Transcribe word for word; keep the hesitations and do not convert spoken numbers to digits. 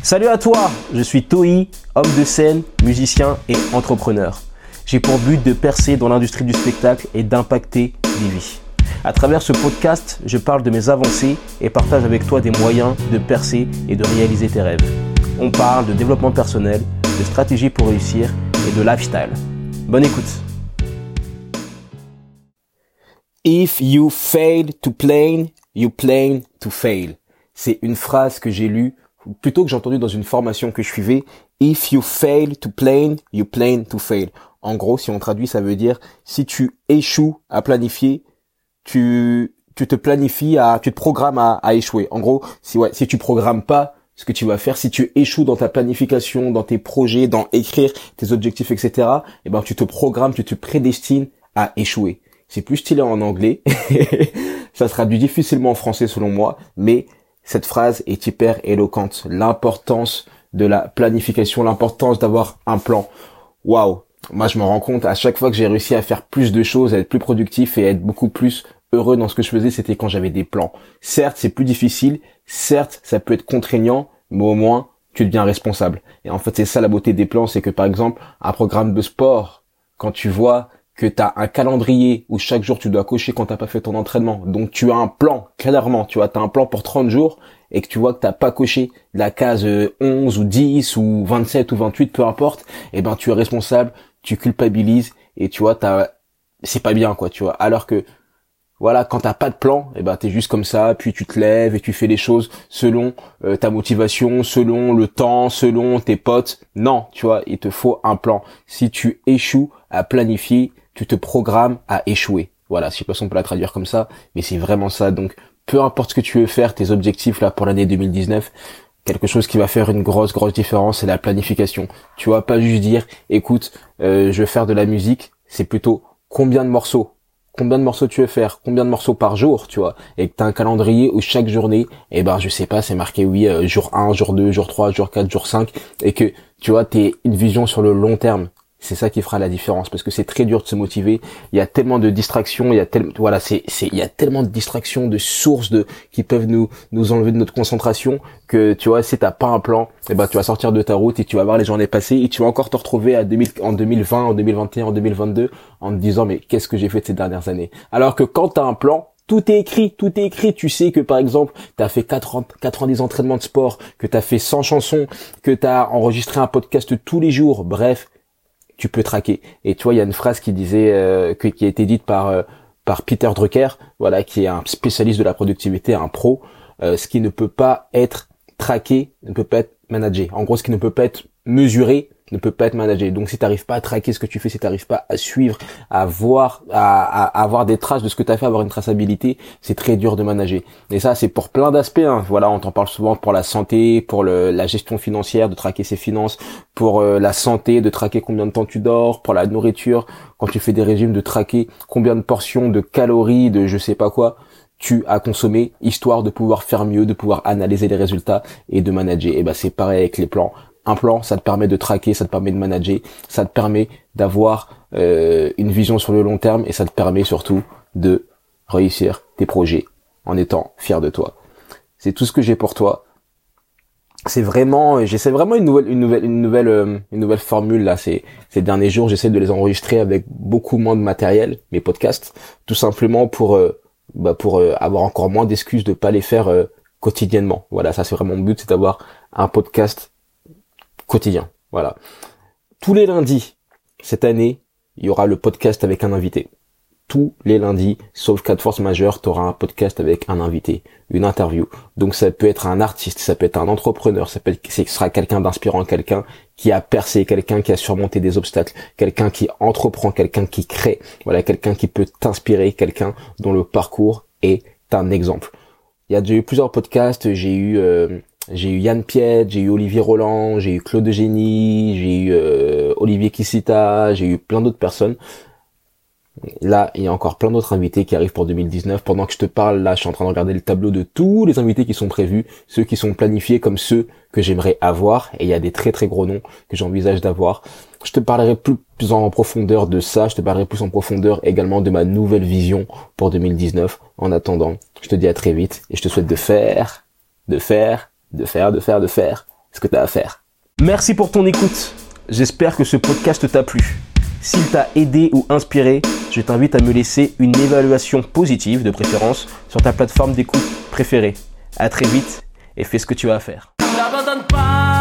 Salut à toi, je suis Toi, homme de scène, musicien et entrepreneur. J'ai pour but de percer dans l'industrie du spectacle et d'impacter des vies. À travers ce podcast, je parle de mes avancées et partage avec toi des moyens de percer et de réaliser tes rêves. On parle de développement personnel, de stratégie pour réussir et de lifestyle. Bonne écoute. If you fail to plan, you plan to fail. C'est une phrase que j'ai lue, ou plutôt que j'ai entendue dans une formation que je suivais. If you fail to plan, you plan to fail. En gros, si on traduit, ça veut dire si tu échoues à planifier, tu tu te planifies à, tu te programmes à, à échouer. En gros, si ouais, si tu programmes pas ce que tu vas faire, si tu échoues dans ta planification, dans tes projets, dans écrire tes objectifs, et cetera, eh ben tu te programmes, tu te prédestines à échouer. C'est plus stylé en anglais, ça se traduit difficilement en français selon moi, mais cette phrase est hyper éloquente. L'importance de la planification, l'importance d'avoir un plan. Waouh, moi je me rends compte à chaque fois que j'ai réussi à faire plus de choses, à être plus productif et à être beaucoup plus heureux dans ce que je faisais, c'était quand j'avais des plans. Certes, c'est plus difficile, certes, ça peut être contraignant, mais au moins tu deviens responsable. Et en fait, c'est ça la beauté des plans, c'est que par exemple, un programme de sport, quand tu vois que tu as un calendrier où chaque jour tu dois cocher quand t'as pas fait ton entraînement. Donc tu as un plan, clairement, tu vois, tu as un plan pour trente jours et que tu vois que t'as pas coché la case onze ou dix ou vingt-sept ou vingt-huit, peu importe, et ben tu es responsable, tu culpabilises et tu vois, t'as c'est pas bien quoi, tu vois. Alors que voilà, quand t'as pas de plan, et ben t'es juste comme ça, puis tu te lèves et tu fais les choses selon euh, ta motivation, selon le temps, selon tes potes. Non, tu vois, il te faut un plan. Si tu échoues à planifier, tu te programmes à échouer. Voilà, je sais pas si on peut la traduire comme ça, mais c'est vraiment ça. Donc, peu importe ce que tu veux faire, tes objectifs là pour l'année deux mille dix-neuf, quelque chose qui va faire une grosse, grosse différence, c'est la planification. Tu vas pas juste dire, écoute, euh, je veux faire de la musique, c'est plutôt combien de morceaux Combien de morceaux tu veux faire, combien de morceaux par jour, tu vois, et que t'as un calendrier où chaque journée, eh ben, je sais pas, c'est marqué, oui, euh, jour un, jour deux, jour trois, jour quatre, jour cinq, et que, tu vois, t'es une vision sur le long terme. C'est ça qui fera la différence, parce que c'est très dur de se motiver. Il y a tellement de distractions, il y a tellement, voilà, c'est, c'est, il y a tellement de distractions, de sources de, qui peuvent nous, nous enlever de notre concentration que, tu vois, si t'as pas un plan, eh ben, tu vas sortir de ta route et tu vas voir les journées passer et tu vas encore te retrouver à deux mille, en deux mille vingt, en deux mille vingt et un, en deux mille vingt-deux en te disant, mais qu'est-ce que j'ai fait de ces dernières années? Alors que quand t'as un plan, tout est écrit, tout est écrit. Tu sais que, par exemple, t'as fait quatre-vingt-dix entraînements de sport, que t'as fait cent chansons, que t'as enregistré un podcast tous les jours. Bref, tu peux traquer. Et tu vois, il y a une phrase qui disait, euh, que, qui a été dite par euh, par Peter Drucker, voilà, qui est un spécialiste de la productivité, un pro. Euh, ce qui ne peut pas être traqué ne peut pas être managé. En gros, ce qui ne peut pas être mesuré ne peut pas être managé. Donc, si tu n'arrives pas à traquer ce que tu fais, si tu n'arrives pas à suivre, à voir, à, à, à avoir des traces de ce que tu as fait, avoir une traçabilité, c'est très dur de manager. Et ça, c'est pour plein d'aspects. Hein. Voilà, on t'en parle souvent pour la santé, pour le, la gestion financière, de traquer ses finances, pour euh, la santé, de traquer combien de temps tu dors, pour la nourriture, quand tu fais des régimes, de traquer combien de portions de calories, de je sais pas quoi tu as consommé, histoire de pouvoir faire mieux, de pouvoir analyser les résultats et de manager. Et ben c'est pareil avec les plans. Un plan, ça te permet de traquer, ça te permet de manager, ça te permet d'avoir euh, une vision sur le long terme et ça te permet surtout de réussir tes projets en étant fier de toi. C'est tout ce que j'ai pour toi. C'est vraiment, j'essaie vraiment une nouvelle, une nouvelle, une nouvelle, euh, une nouvelle formule là. Ces, ces derniers jours, j'essaie de les enregistrer avec beaucoup moins de matériel, mes podcasts, tout simplement pour euh, bah pour euh, avoir encore moins d'excuses de pas les faire euh, quotidiennement. Voilà, ça c'est vraiment mon but, c'est d'avoir un podcast quotidien. Voilà. Tous les lundis, cette année, il y aura le podcast avec un invité. Tous les lundis, sauf cas de force majeure, tu auras un podcast avec un invité, une interview. Donc ça peut être un artiste, ça peut être un entrepreneur, ça peut être, ce sera quelqu'un d'inspirant, quelqu'un qui a percé, quelqu'un qui a surmonté des obstacles, quelqu'un qui entreprend, quelqu'un qui crée, voilà, quelqu'un qui peut t'inspirer, quelqu'un dont le parcours est un exemple. Il y a déjà eu plusieurs podcasts, j'ai eu euh, j'ai eu Yann Piette, j'ai eu Olivier Roland, j'ai eu Claude Eugénie, j'ai eu euh, Olivier Kissita, j'ai eu plein d'autres personnes. Là, il y a encore plein d'autres invités qui arrivent pour deux mille dix-neuf. Pendant que je te parle, là, je suis en train de regarder le tableau de tous les invités qui sont prévus, ceux qui sont planifiés comme ceux que j'aimerais avoir. Et il y a des très très gros noms que j'envisage d'avoir. Je te parlerai plus, plus en profondeur de ça. Je te parlerai plus en profondeur également de ma nouvelle vision pour deux mille dix-neuf. En attendant, je te dis à très vite et je te souhaite de faire, de faire, de faire, de faire, de faire ce que tu as à faire. Merci pour ton écoute. J'espère que ce podcast t'a plu. S'il t'a aidé ou inspiré, je t'invite à me laisser une évaluation positive de préférence sur ta plateforme d'écoute préférée. À très vite et fais ce que tu as à faire. N'abandonne pas.